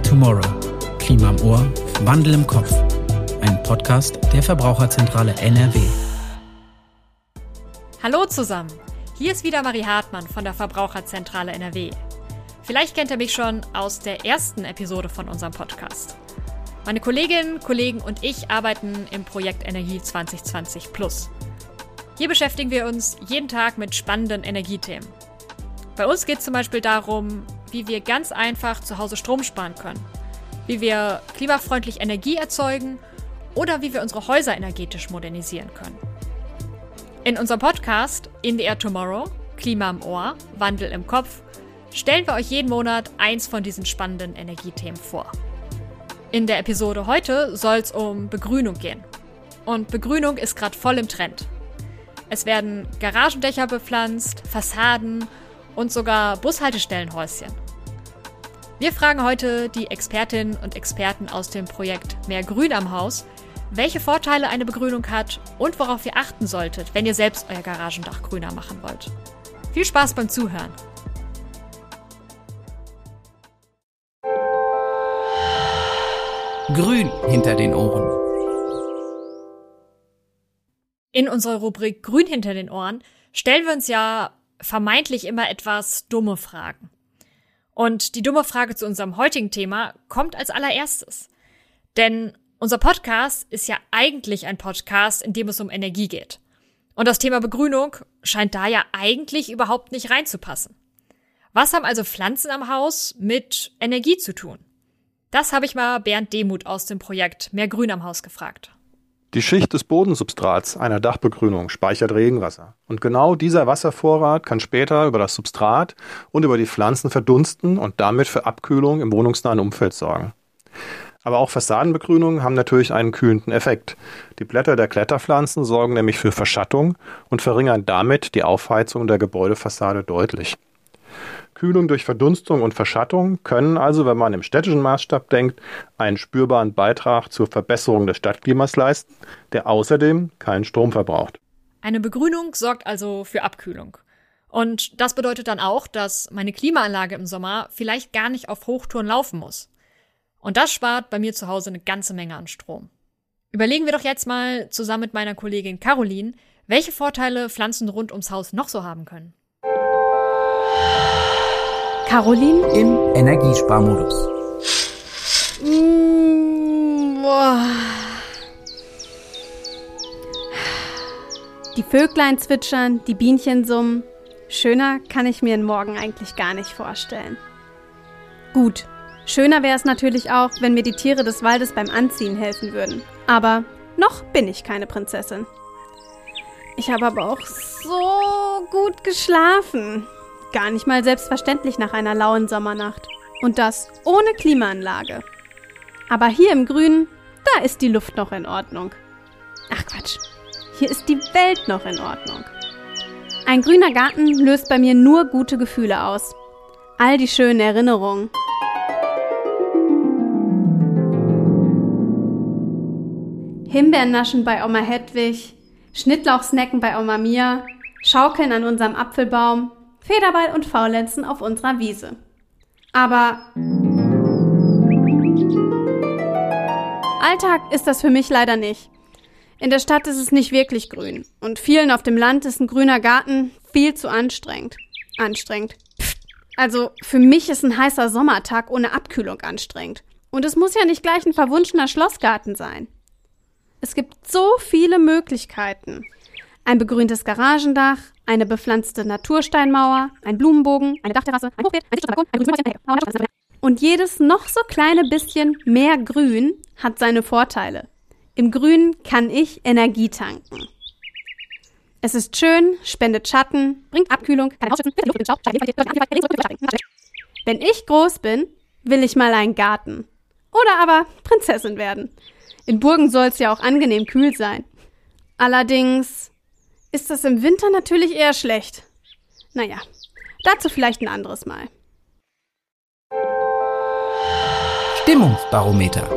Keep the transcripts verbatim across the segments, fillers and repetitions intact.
Tomorrow. Klima im Ohr, Wandel im Kopf. Ein Podcast der Verbraucherzentrale N R W. Hallo zusammen, hier ist wieder Marie Hartmann von der Verbraucherzentrale N R W. Vielleicht kennt ihr mich schon aus der ersten Episode von unserem Podcast. Meine Kolleginnen, Kollegen und ich arbeiten im Projekt Energie zwanzig zwanzig plus. Hier beschäftigen wir uns jeden Tag mit spannenden Energiethemen. Bei uns geht es zum Beispiel darum, wie wir ganz einfach zu Hause Strom sparen können, wie wir klimafreundlich Energie erzeugen oder wie wir unsere Häuser energetisch modernisieren können. In unserem Podcast In the Air Tomorrow, Klima im Ohr, Wandel im Kopf, stellen wir euch jeden Monat eins von diesen spannenden Energiethemen vor. In der Episode heute soll es um Begrünung gehen. Und Begrünung ist gerade voll im Trend. Es werden Garagendächer bepflanzt, Fassaden und sogar Bushaltestellenhäuschen. Wir fragen heute die Expertinnen und Experten aus dem Projekt Mehr Grün am Haus, welche Vorteile eine Begrünung hat und worauf ihr achten solltet, wenn ihr selbst euer Garagendach grüner machen wollt. Viel Spaß beim Zuhören! Grün hinter den Ohren. In unserer Rubrik Grün hinter den Ohren stellen wir uns ja vermeintlich immer etwas dumme Fragen. Und die dumme Frage zu unserem heutigen Thema kommt als allererstes. Denn unser Podcast ist ja eigentlich ein Podcast, in dem es um Energie geht. Und das Thema Begrünung scheint da ja eigentlich überhaupt nicht reinzupassen. Was haben also Pflanzen am Haus mit Energie zu tun? Das habe ich mal Bernd Demuth aus dem Projekt Mehr Grün am Haus gefragt. Die Schicht des Bodensubstrats einer Dachbegrünung speichert Regenwasser. Und genau dieser Wasservorrat kann später über das Substrat und über die Pflanzen verdunsten und damit für Abkühlung im wohnungsnahen Umfeld sorgen. Aber auch Fassadenbegrünungen haben natürlich einen kühlenden Effekt. Die Blätter der Kletterpflanzen sorgen nämlich für Verschattung und verringern damit die Aufheizung der Gebäudefassade deutlich. Kühlung durch Verdunstung und Verschattung können also, wenn man im städtischen Maßstab denkt, einen spürbaren Beitrag zur Verbesserung des Stadtklimas leisten, der außerdem keinen Strom verbraucht. Eine Begrünung sorgt also für Abkühlung. Und das bedeutet dann auch, dass meine Klimaanlage im Sommer vielleicht gar nicht auf Hochtouren laufen muss. Und das spart bei mir zu Hause eine ganze Menge an Strom. Überlegen wir doch jetzt mal zusammen mit meiner Kollegin Caroline, welche Vorteile Pflanzen rund ums Haus noch so haben können. Caroline im Energiesparmodus. Mm, boah. Die Vöglein zwitschern, die Bienchen summen. Schöner kann ich mir einen Morgen eigentlich gar nicht vorstellen. Gut, schöner wäre es natürlich auch, wenn mir die Tiere des Waldes beim Anziehen helfen würden. Aber noch bin ich keine Prinzessin. Ich habe aber auch so gut geschlafen. Gar nicht mal selbstverständlich nach einer lauen Sommernacht. Und das ohne Klimaanlage. Aber hier im Grünen, da ist die Luft noch in Ordnung. Ach Quatsch, hier ist die Welt noch in Ordnung. Ein grüner Garten löst bei mir nur gute Gefühle aus. All die schönen Erinnerungen. Himbeeren naschen bei Oma Hedwig, Schnittlauchsnacken bei Oma Mia, Schaukeln an unserem Apfelbaum, Federball und Faulenzen auf unserer Wiese. Aber Alltag ist das für mich leider nicht. In der Stadt ist es nicht wirklich grün. Und vielen auf dem Land ist ein grüner Garten viel zu anstrengend. Anstrengend. Pff. Also für mich ist ein heißer Sommertag ohne Abkühlung anstrengend. Und es muss ja nicht gleich ein verwunschener Schlossgarten sein. Es gibt so viele Möglichkeiten. Ein begrüntes Garagendach, eine bepflanzte Natursteinmauer, ein Blumenbogen, eine Dachterrasse, ein Hochbeet, ein Balkon, ein grünes. Und jedes noch so kleine bisschen mehr Grün hat seine Vorteile. Im Grün kann ich Energie tanken. Es ist schön, spendet Schatten, bringt Abkühlung, kann ausschützen. Wenn ich groß bin, will ich mal einen Garten. Oder aber Prinzessin werden. In Burgen soll es ja auch angenehm kühl sein. Allerdings ist das im Winter natürlich eher schlecht. Naja, dazu vielleicht ein anderes Mal. Stimmungsbarometer.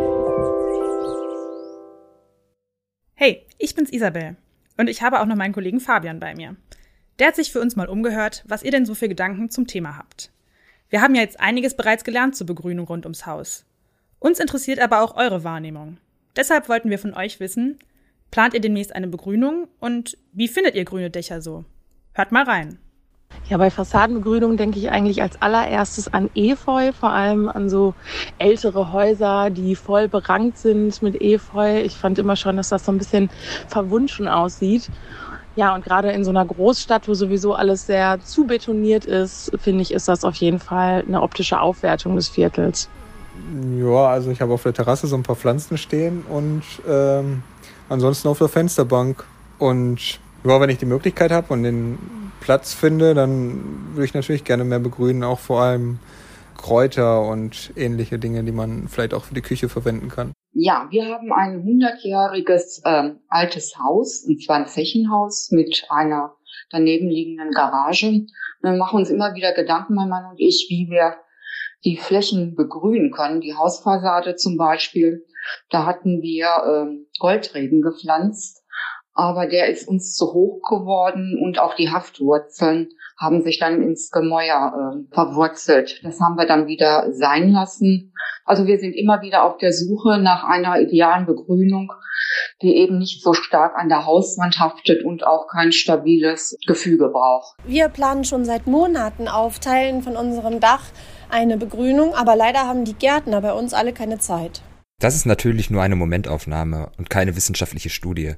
Hey, ich bin's Isabel. Und ich habe auch noch meinen Kollegen Fabian bei mir. Der hat sich für uns mal umgehört, was ihr denn so für Gedanken zum Thema habt. Wir haben ja jetzt einiges bereits gelernt zur Begrünung rund ums Haus. Uns interessiert aber auch eure Wahrnehmung. Deshalb wollten wir von euch wissen, plant ihr demnächst eine Begrünung und wie findet ihr grüne Dächer so? Hört mal rein. Ja, bei Fassadenbegrünung denke ich eigentlich als allererstes an Efeu, vor allem an so ältere Häuser, die voll berankt sind mit Efeu. Ich fand immer schon, dass das so ein bisschen verwunschen aussieht. Ja, und gerade in so einer Großstadt, wo sowieso alles sehr zubetoniert ist, finde ich, ist das auf jeden Fall eine optische Aufwertung des Viertels. Ja, also ich habe auf der Terrasse so ein paar Pflanzen stehen und ähm, ansonsten auf der Fensterbank. Und ja, wenn ich die Möglichkeit habe und den Platz finde, dann würde ich natürlich gerne mehr begrünen, auch vor allem Kräuter und ähnliche Dinge, die man vielleicht auch für die Küche verwenden kann. Ja, wir haben ein hundertjähriges ähm, altes Haus, und zwar ein Zechenhaus mit einer daneben liegenden Garage. Wir machen uns immer wieder Gedanken, mein Mann und ich, wie wir die Flächen begrünen können. Die Hausfassade zum Beispiel, da hatten wir ähm, Goldreben gepflanzt, aber der ist uns zu hoch geworden und auch die Haftwurzeln haben sich dann ins Gemäuer äh, verwurzelt. Das haben wir dann wieder sein lassen. Also wir sind immer wieder auf der Suche nach einer idealen Begrünung, die eben nicht so stark an der Hauswand haftet und auch kein stabiles Gefüge braucht. Wir planen schon seit Monaten auf Teilen von unserem Dach eine Begrünung, aber leider haben die Gärtner bei uns alle keine Zeit. Das ist natürlich nur eine Momentaufnahme und keine wissenschaftliche Studie.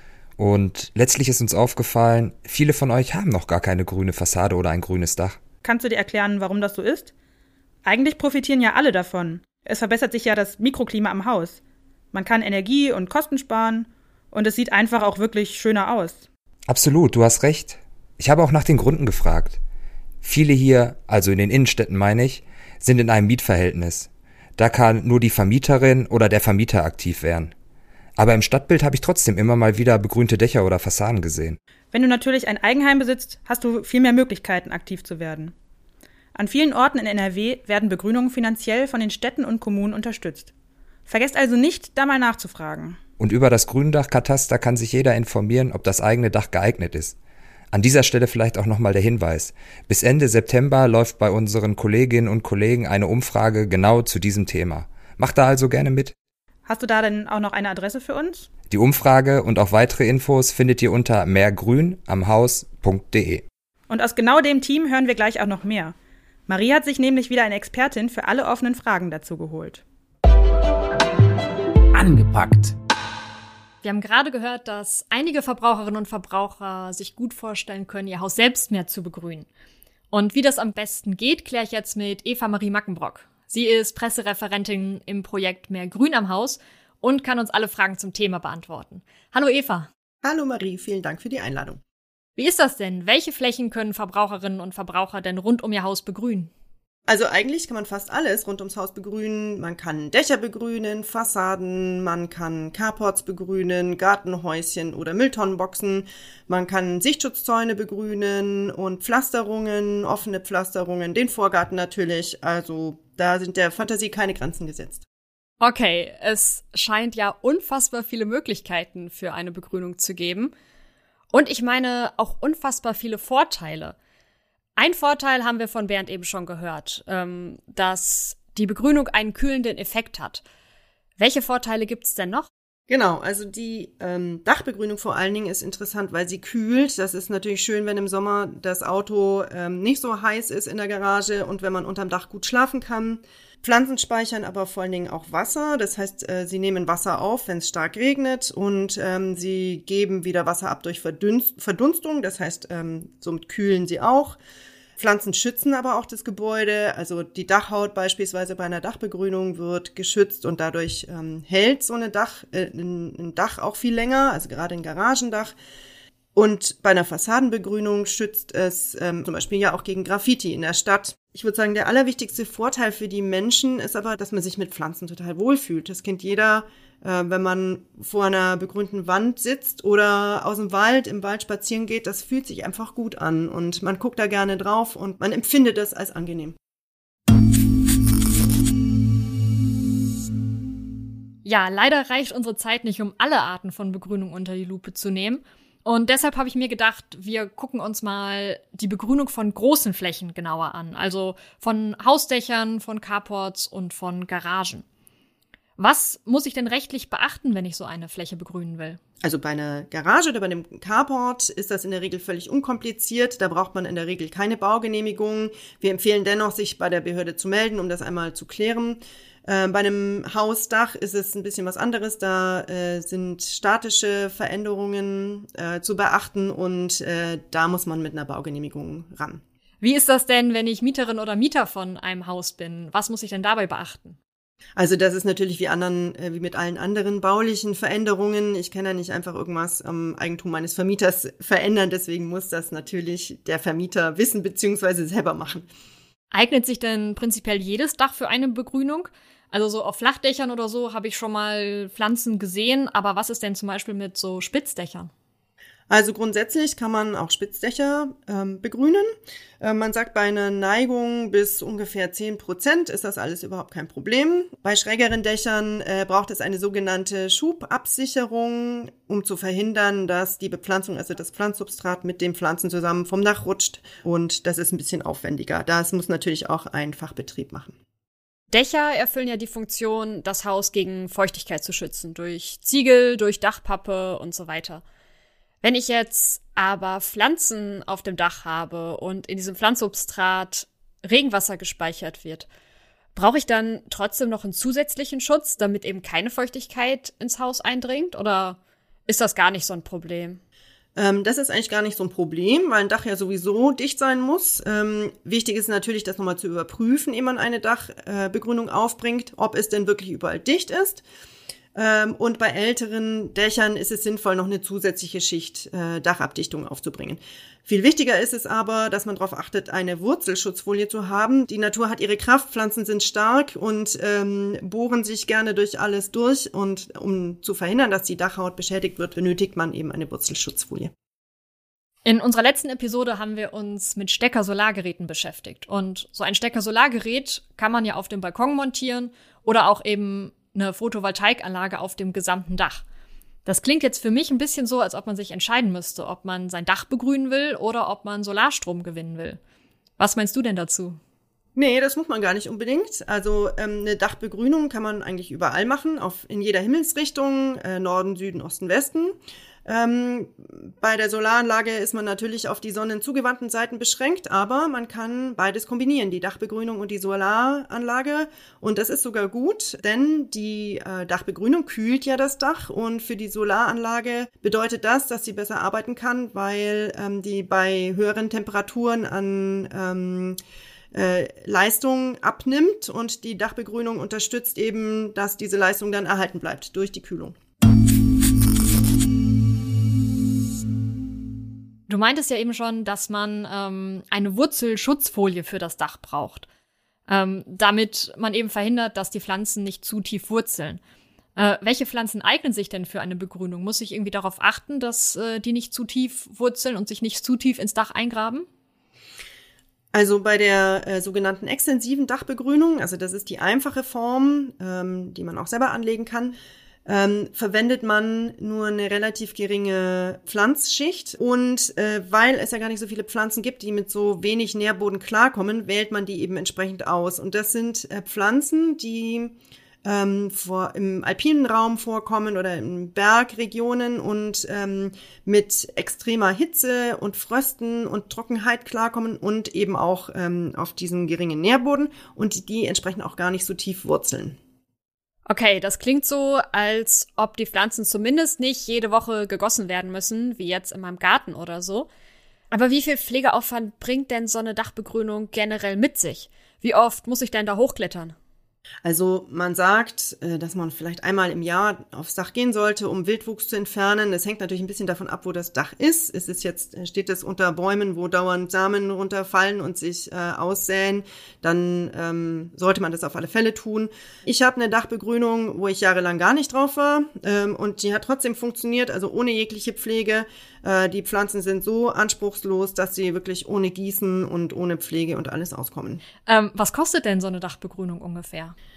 Und letztlich ist uns aufgefallen, viele von euch haben noch gar keine grüne Fassade oder ein grünes Dach. Kannst du dir erklären, warum das so ist? Eigentlich profitieren ja alle davon. Es verbessert sich ja das Mikroklima am Haus. Man kann Energie und Kosten sparen und es sieht einfach auch wirklich schöner aus. Absolut, du hast recht. Ich habe auch nach den Gründen gefragt. Viele hier, also in den Innenstädten meine ich, sind in einem Mietverhältnis. Da kann nur die Vermieterin oder der Vermieter aktiv werden. Aber im Stadtbild habe ich trotzdem immer mal wieder begrünte Dächer oder Fassaden gesehen. Wenn du natürlich ein Eigenheim besitzt, hast du viel mehr Möglichkeiten, aktiv zu werden. An vielen Orten in N R W werden Begrünungen finanziell von den Städten und Kommunen unterstützt. Vergesst also nicht, da mal nachzufragen. Und über das Gründachkataster kann sich jeder informieren, ob das eigene Dach geeignet ist. An dieser Stelle vielleicht auch nochmal der Hinweis. Bis Ende September läuft bei unseren Kolleginnen und Kollegen eine Umfrage genau zu diesem Thema. Macht da also gerne mit. Hast du da denn auch noch eine Adresse für uns? Die Umfrage und auch weitere Infos findet ihr unter mehrgrün am haus punkt de. Und aus genau dem Team hören wir gleich auch noch mehr. Marie hat sich nämlich wieder eine Expertin für alle offenen Fragen dazu geholt. Angepackt. Wir haben gerade gehört, dass einige Verbraucherinnen und Verbraucher sich gut vorstellen können, ihr Haus selbst mehr zu begrünen. Und wie das am besten geht, kläre ich jetzt mit Eva Marie Mackenbrock. Sie ist Pressereferentin im Projekt Mehr Grün am Haus und kann uns alle Fragen zum Thema beantworten. Hallo Eva. Hallo Marie, vielen Dank für die Einladung. Wie ist das denn? Welche Flächen können Verbraucherinnen und Verbraucher denn rund um ihr Haus begrünen? Also eigentlich kann man fast alles rund ums Haus begrünen. Man kann Dächer begrünen, Fassaden, man kann Carports begrünen, Gartenhäuschen oder Mülltonnenboxen. Man kann Sichtschutzzäune begrünen und Pflasterungen, offene Pflasterungen, den Vorgarten natürlich. Also da sind der Fantasie keine Grenzen gesetzt. Okay, es scheint ja unfassbar viele Möglichkeiten für eine Begrünung zu geben. Und ich meine auch unfassbar viele Vorteile. Ein Vorteil haben wir von Bernd eben schon gehört, ähm, dass die Begrünung einen kühlenden Effekt hat. Welche Vorteile gibt's denn noch? Genau, also die ähm, Dachbegrünung vor allen Dingen ist interessant, weil sie kühlt. Das ist natürlich schön, wenn im Sommer das Auto ähm, nicht so heiß ist in der Garage und wenn man unterm Dach gut schlafen kann. Pflanzen speichern aber vor allen Dingen auch Wasser. Das heißt, äh, sie nehmen Wasser auf, wenn es stark regnet und ähm, sie geben wieder Wasser ab durch Verdunst- Verdunstung. Das heißt, ähm, somit kühlen sie auch. Pflanzen schützen aber auch das Gebäude. Also die Dachhaut beispielsweise bei einer Dachbegrünung wird geschützt und dadurch ähm, hält so eine Dach, äh, ein, ein Dach auch viel länger, also gerade ein Garagendach. Und bei einer Fassadenbegrünung schützt es ähm, zum Beispiel ja auch gegen Graffiti in der Stadt. Ich würde sagen, der allerwichtigste Vorteil für die Menschen ist aber, dass man sich mit Pflanzen total wohlfühlt. Das kennt jeder, äh, wenn man vor einer begrünten Wand sitzt oder aus dem Wald, im Wald spazieren geht. Das fühlt sich einfach gut an und man guckt da gerne drauf und man empfindet das als angenehm. Ja, leider reicht unsere Zeit nicht, um alle Arten von Begrünung unter die Lupe zu nehmen. Und deshalb habe ich mir gedacht, wir gucken uns mal die Begrünung von großen Flächen genauer an. Also von Hausdächern, von Carports und von Garagen. Was muss ich denn rechtlich beachten, wenn ich so eine Fläche begrünen will? Also bei einer Garage oder bei einem Carport ist das in der Regel völlig unkompliziert. Da braucht man in der Regel keine Baugenehmigung. Wir empfehlen dennoch, sich bei der Behörde zu melden, um das einmal zu klären. Äh, bei einem Hausdach ist es ein bisschen was anderes. Da äh, sind statische Veränderungen äh, zu beachten und äh, da muss man mit einer Baugenehmigung ran. Wie ist das denn, wenn ich Mieterin oder Mieter von einem Haus bin? Was muss ich denn dabei beachten? Also das ist natürlich wie anderen, äh, wie mit allen anderen baulichen Veränderungen. Ich kann ja nicht einfach irgendwas am Eigentum meines Vermieters verändern. Deswegen muss das natürlich der Vermieter wissen bzw. selber machen. Eignet sich denn prinzipiell jedes Dach für eine Begrünung? Also so auf Flachdächern oder so habe ich schon mal Pflanzen gesehen. Aber was ist denn zum Beispiel mit so Spitzdächern? Also grundsätzlich kann man auch Spitzdächer ähm, begrünen. Äh, man sagt, bei einer Neigung bis ungefähr zehn Prozent ist das alles überhaupt kein Problem. Bei schrägeren Dächern äh, braucht es eine sogenannte Schubabsicherung, um zu verhindern, dass die Bepflanzung, also das Pflanzsubstrat mit den Pflanzen zusammen vom Dach rutscht. Und das ist ein bisschen aufwendiger. Das muss natürlich auch ein Fachbetrieb machen. Dächer erfüllen ja die Funktion, das Haus gegen Feuchtigkeit zu schützen. Durch Ziegel, durch Dachpappe und so weiter. Wenn ich jetzt aber Pflanzen auf dem Dach habe und in diesem Pflanzsubstrat Regenwasser gespeichert wird, brauche ich dann trotzdem noch einen zusätzlichen Schutz, damit eben keine Feuchtigkeit ins Haus eindringt? Oder ist das gar nicht so ein Problem? Ähm, das ist eigentlich gar nicht so ein Problem, weil ein Dach ja sowieso dicht sein muss. Ähm, wichtig ist natürlich, das nochmal zu überprüfen, ehe man eine Dachbegrünung äh, aufbringt, ob es denn wirklich überall dicht ist. Ähm, und bei älteren Dächern ist es sinnvoll, noch eine zusätzliche Schicht äh, Dachabdichtung aufzubringen. Viel wichtiger ist es aber, dass man darauf achtet, eine Wurzelschutzfolie zu haben. Die Natur hat ihre Kraft, Pflanzen sind stark und ähm, bohren sich gerne durch alles durch. Und um zu verhindern, dass die Dachhaut beschädigt wird, benötigt man eben eine Wurzelschutzfolie. In unserer letzten Episode haben wir uns mit Stecker-Solargeräten beschäftigt. Und so ein Stecker-Solargerät kann man ja auf dem Balkon montieren oder auch eben eine Photovoltaikanlage auf dem gesamten Dach. Das klingt jetzt für mich ein bisschen so, als ob man sich entscheiden müsste, ob man sein Dach begrünen will oder ob man Solarstrom gewinnen will. Was meinst du denn dazu? Nee, das muss man gar nicht unbedingt. Also ähm, eine Dachbegrünung kann man eigentlich überall machen, auf, in jeder Himmelsrichtung, äh, Norden, Süden, Osten, Westen. Ähm, bei der Solaranlage ist man natürlich auf die sonnenzugewandten Seiten beschränkt, aber man kann beides kombinieren, die Dachbegrünung und die Solaranlage. Und das ist sogar gut, denn die äh, Dachbegrünung kühlt ja das Dach und für die Solaranlage bedeutet das, dass sie besser arbeiten kann, weil ähm, die bei höheren Temperaturen an ähm, äh, Leistung abnimmt und die Dachbegrünung unterstützt eben, dass diese Leistung dann erhalten bleibt durch die Kühlung. Du meintest ja eben schon, dass man ähm, eine Wurzelschutzfolie für das Dach braucht, ähm, damit man eben verhindert, dass die Pflanzen nicht zu tief wurzeln. Äh, welche Pflanzen eignen sich denn für eine Begrünung? Muss ich irgendwie darauf achten, dass äh, die nicht zu tief wurzeln und sich nicht zu tief ins Dach eingraben? Also bei der äh, sogenannten extensiven Dachbegrünung, also das ist die einfache Form, ähm, die man auch selber anlegen kann, Ähm, verwendet man nur eine relativ geringe Pflanzschicht und äh, weil es ja gar nicht so viele Pflanzen gibt, die mit so wenig Nährboden klarkommen, wählt man die eben entsprechend aus. Und das sind äh, Pflanzen, die ähm, vor, im alpinen Raum vorkommen oder in Bergregionen und ähm, mit extremer Hitze und Frösten und Trockenheit klarkommen und eben auch ähm, auf diesen geringen Nährboden und die entsprechend auch gar nicht so tief wurzeln. Okay, das klingt so, als ob die Pflanzen zumindest nicht jede Woche gegossen werden müssen, wie jetzt in meinem Garten oder so. Aber wie viel Pflegeaufwand bringt denn so eine Dachbegrünung generell mit sich? Wie oft muss ich denn da hochklettern? Also man sagt, dass man vielleicht einmal im Jahr aufs Dach gehen sollte, um Wildwuchs zu entfernen. Das hängt natürlich ein bisschen davon ab, wo das Dach ist. Es ist jetzt, steht es unter Bäumen, wo dauernd Samen runterfallen und sich äh, aussäen, dann ähm, sollte man das auf alle Fälle tun. Ich habe eine Dachbegrünung, wo ich jahrelang gar nicht drauf war ähm, und die hat trotzdem funktioniert, also ohne jegliche Pflege. Äh, die Pflanzen sind so anspruchslos, dass sie wirklich ohne Gießen und ohne Pflege und alles auskommen. Ähm, was kostet denn so eine Dachbegrünung ungefähr?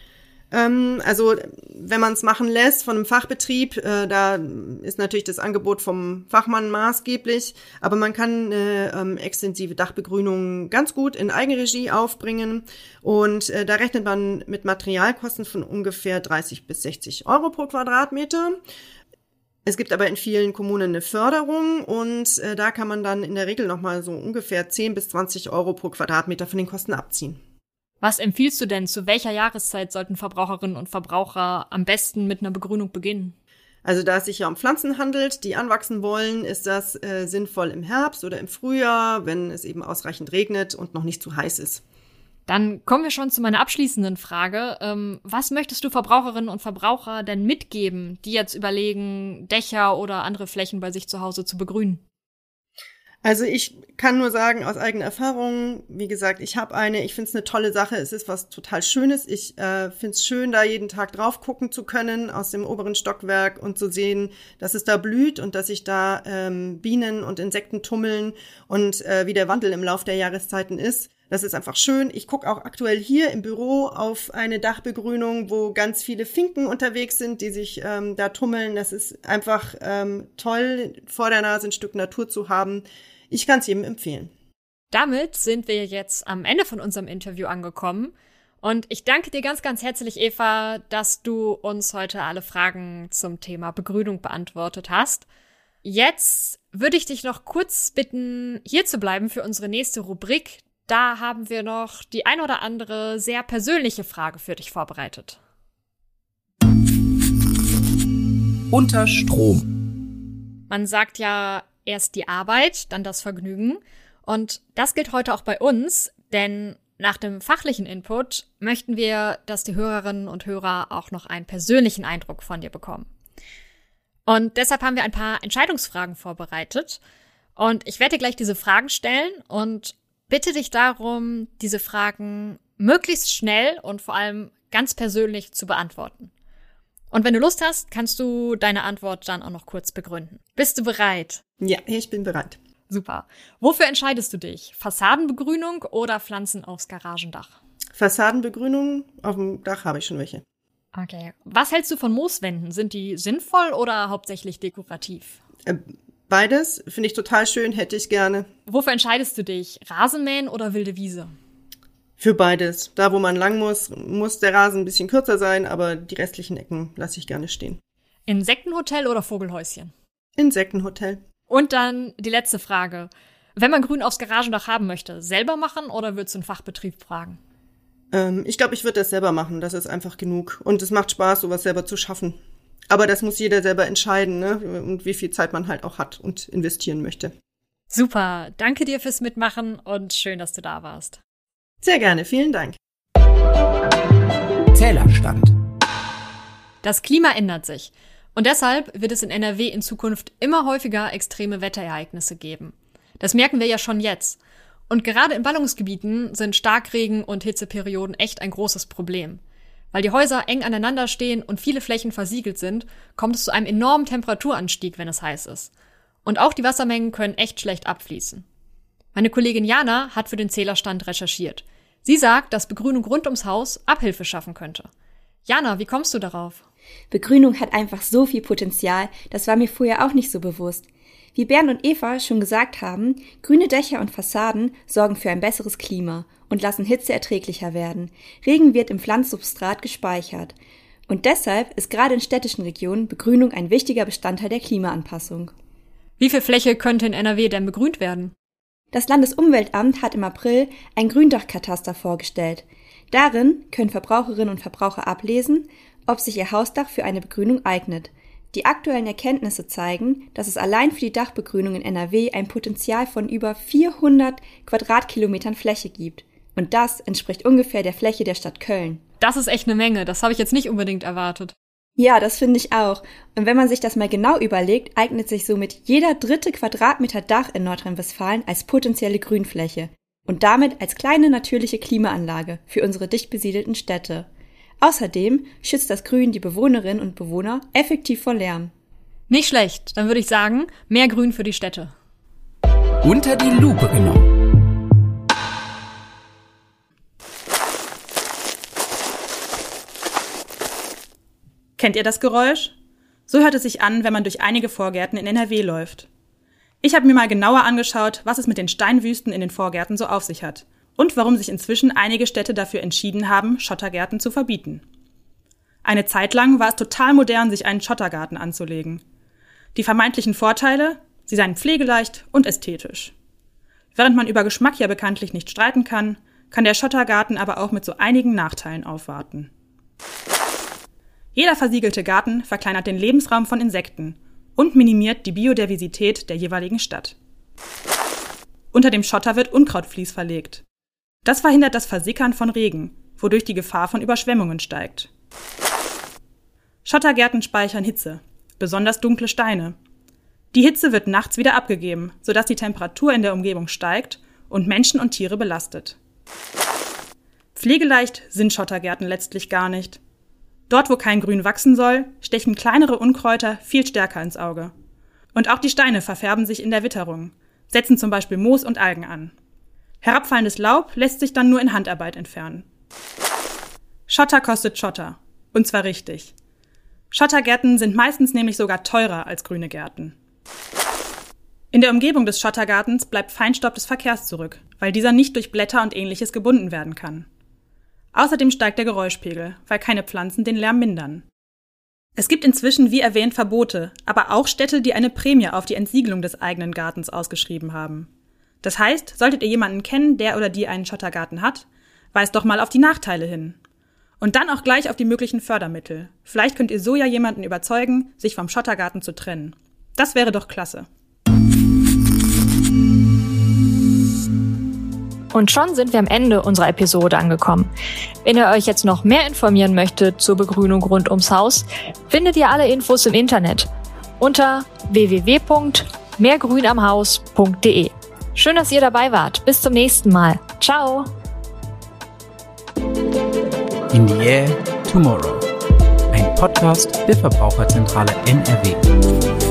Ähm, also wenn man es machen lässt von einem Fachbetrieb, äh, da ist natürlich das Angebot vom Fachmann maßgeblich, aber man kann eine ähm, extensive Dachbegrünung ganz gut in Eigenregie aufbringen und äh, da rechnet man mit Materialkosten von ungefähr dreißig bis sechzig Euro pro Quadratmeter. Es gibt aber in vielen Kommunen eine Förderung und äh, da kann man dann in der Regel nochmal so ungefähr zehn bis zwanzig Euro pro Quadratmeter von den Kosten abziehen. Was empfiehlst du denn? Zu welcher Jahreszeit sollten Verbraucherinnen und Verbraucher am besten mit einer Begrünung beginnen? Also da es sich ja um Pflanzen handelt, die anwachsen wollen, ist das äh, sinnvoll im Herbst oder im Frühjahr, wenn es eben ausreichend regnet und noch nicht zu heiß ist. Dann kommen wir schon zu meiner abschließenden Frage. Ähm, was möchtest du Verbraucherinnen und Verbraucher denn mitgeben, die jetzt überlegen, Dächer oder andere Flächen bei sich zu Hause zu begrünen? Also ich kann nur sagen, aus eigener Erfahrung, wie gesagt, ich habe eine, ich finde es eine tolle Sache, es ist was total Schönes. Ich äh, finde es schön, da jeden Tag drauf gucken zu können aus dem oberen Stockwerk und zu sehen, dass es da blüht und dass sich da ähm, Bienen und Insekten tummeln und äh, wie der Wandel im Lauf der Jahreszeiten ist. Das ist einfach schön. Ich gucke auch aktuell hier im Büro auf eine Dachbegrünung, wo ganz viele Finken unterwegs sind, die sich ähm, da tummeln. Das ist einfach ähm, toll, vor der Nase ein Stück Natur zu haben. Ich kann es jedem empfehlen. Damit sind wir jetzt am Ende von unserem Interview angekommen. Und ich danke dir ganz, ganz herzlich, Eva, dass du uns heute alle Fragen zum Thema Begrünung beantwortet hast. Jetzt würde ich dich noch kurz bitten, hier zu bleiben für unsere nächste Rubrik. Da haben wir noch die ein oder andere sehr persönliche Frage für dich vorbereitet. Unter Strom. Man sagt ja erst die Arbeit, dann das Vergnügen. Und das gilt heute auch bei uns, denn nach dem fachlichen Input möchten wir, dass die Hörerinnen und Hörer auch noch einen persönlichen Eindruck von dir bekommen. Und deshalb haben wir ein paar Entscheidungsfragen vorbereitet. Und ich werde dir gleich diese Fragen stellen und bitte dich darum, diese Fragen möglichst schnell und vor allem ganz persönlich zu beantworten. Und wenn du Lust hast, kannst du deine Antwort dann auch noch kurz begründen. Bist du bereit? Ja, ich bin bereit. Super. Wofür entscheidest du dich? Fassadenbegrünung oder Pflanzen aufs Garagendach? Fassadenbegrünung, auf dem Dach habe ich schon welche. Okay. Was hältst du von Mooswänden? Sind die sinnvoll oder hauptsächlich dekorativ? Äh, Beides finde ich total schön, hätte ich gerne. Wofür entscheidest du dich? Rasenmähen oder wilde Wiese? Für beides. Da, wo man lang muss, muss der Rasen ein bisschen kürzer sein, aber die restlichen Ecken lasse ich gerne stehen. Insektenhotel oder Vogelhäuschen? Insektenhotel. Und dann die letzte Frage. Wenn man Grün aufs Garagendach haben möchte, selber machen oder würdest du einen Fachbetrieb fragen? Ähm, ich glaube, ich würde das selber machen. Das ist einfach genug. Und es macht Spaß, sowas selber zu schaffen. Aber das muss jeder selber entscheiden, ne? Und wie viel Zeit man halt auch hat und investieren möchte. Super, danke dir fürs Mitmachen und schön, dass du da warst. Sehr gerne, vielen Dank. Zählerstand. Das Klima ändert sich und deshalb wird es in N R W in Zukunft immer häufiger extreme Wetterereignisse geben. Das merken wir ja schon jetzt. Und gerade in Ballungsgebieten sind Starkregen und Hitzeperioden echt ein großes Problem. Weil die Häuser eng aneinander stehen und viele Flächen versiegelt sind, kommt es zu einem enormen Temperaturanstieg, wenn es heiß ist. Und auch die Wassermengen können echt schlecht abfließen. Meine Kollegin Jana hat für den Zählerstand recherchiert. Sie sagt, dass Begrünung rund ums Haus Abhilfe schaffen könnte. Jana, wie kommst du darauf? Begrünung hat einfach so viel Potenzial, das war mir vorher auch nicht so bewusst. Wie Bernd und Eva schon gesagt haben, grüne Dächer und Fassaden sorgen für ein besseres Klima und lassen Hitze erträglicher werden. Regen wird im Pflanzsubstrat gespeichert. Und deshalb ist gerade in städtischen Regionen Begrünung ein wichtiger Bestandteil der Klimaanpassung. Wie viel Fläche könnte in N R W denn begrünt werden? Das Landesumweltamt hat im April ein Gründachkataster vorgestellt. Darin können Verbraucherinnen und Verbraucher ablesen, ob sich ihr Hausdach für eine Begrünung eignet. Die aktuellen Erkenntnisse zeigen, dass es allein für die Dachbegrünung in N R W ein Potenzial von über vierhundert Quadratkilometern Fläche gibt. Und das entspricht ungefähr der Fläche der Stadt Köln. Das ist echt eine Menge, das habe ich jetzt nicht unbedingt erwartet. Ja, das finde ich auch. Und wenn man sich das mal genau überlegt, eignet sich somit jeder dritte Quadratmeter Dach in Nordrhein-Westfalen als potenzielle Grünfläche. Und damit als kleine natürliche Klimaanlage für unsere dicht besiedelten Städte. Außerdem schützt das Grün die Bewohnerinnen und Bewohner effektiv vor Lärm. Nicht schlecht, dann würde ich sagen, mehr Grün für die Städte. Unter die Lupe genommen. Kennt ihr das Geräusch? So hört es sich an, wenn man durch einige Vorgärten in N R W läuft. Ich habe mir mal genauer angeschaut, was es mit den Steinwüsten in den Vorgärten so auf sich hat und warum sich inzwischen einige Städte dafür entschieden haben, Schottergärten zu verbieten. Eine Zeit lang war es total modern, sich einen Schottergarten anzulegen. Die vermeintlichen Vorteile? Sie seien pflegeleicht und ästhetisch. Während man über Geschmack ja bekanntlich nicht streiten kann, kann der Schottergarten aber auch mit so einigen Nachteilen aufwarten. Jeder versiegelte Garten verkleinert den Lebensraum von Insekten und minimiert die Biodiversität der jeweiligen Stadt. Unter dem Schotter wird Unkrautvlies verlegt. Das verhindert das Versickern von Regen, wodurch die Gefahr von Überschwemmungen steigt. Schottergärten speichern Hitze, besonders dunkle Steine. Die Hitze wird nachts wieder abgegeben, sodass die Temperatur in der Umgebung steigt und Menschen und Tiere belastet. Pflegeleicht sind Schottergärten letztlich gar nicht. Dort, wo kein Grün wachsen soll, stechen kleinere Unkräuter viel stärker ins Auge. Und auch die Steine verfärben sich in der Witterung, setzen zum Beispiel Moos und Algen an. Herabfallendes Laub lässt sich dann nur in Handarbeit entfernen. Schotter kostet Schotter. Und zwar richtig. Schottergärten sind meistens nämlich sogar teurer als grüne Gärten. In der Umgebung des Schottergartens bleibt Feinstaub des Verkehrs zurück, weil dieser nicht durch Blätter und Ähnliches gebunden werden kann. Außerdem steigt der Geräuschpegel, weil keine Pflanzen den Lärm mindern. Es gibt inzwischen, wie erwähnt, Verbote, aber auch Städte, die eine Prämie auf die Entsiegelung des eigenen Gartens ausgeschrieben haben. Das heißt, solltet ihr jemanden kennen, der oder die einen Schottergarten hat, weist doch mal auf die Nachteile hin. Und dann auch gleich auf die möglichen Fördermittel. Vielleicht könnt ihr so ja jemanden überzeugen, sich vom Schottergarten zu trennen. Das wäre doch klasse. Und schon sind wir am Ende unserer Episode angekommen. Wenn ihr euch jetzt noch mehr informieren möchtet zur Begrünung rund ums Haus, findet ihr alle Infos im Internet unter w w w punkt mehr grün am haus punkt d e. Schön, dass ihr dabei wart. Bis zum nächsten Mal. Ciao! In the Air Tomorrow. Ein Podcast der Verbraucherzentrale N R W.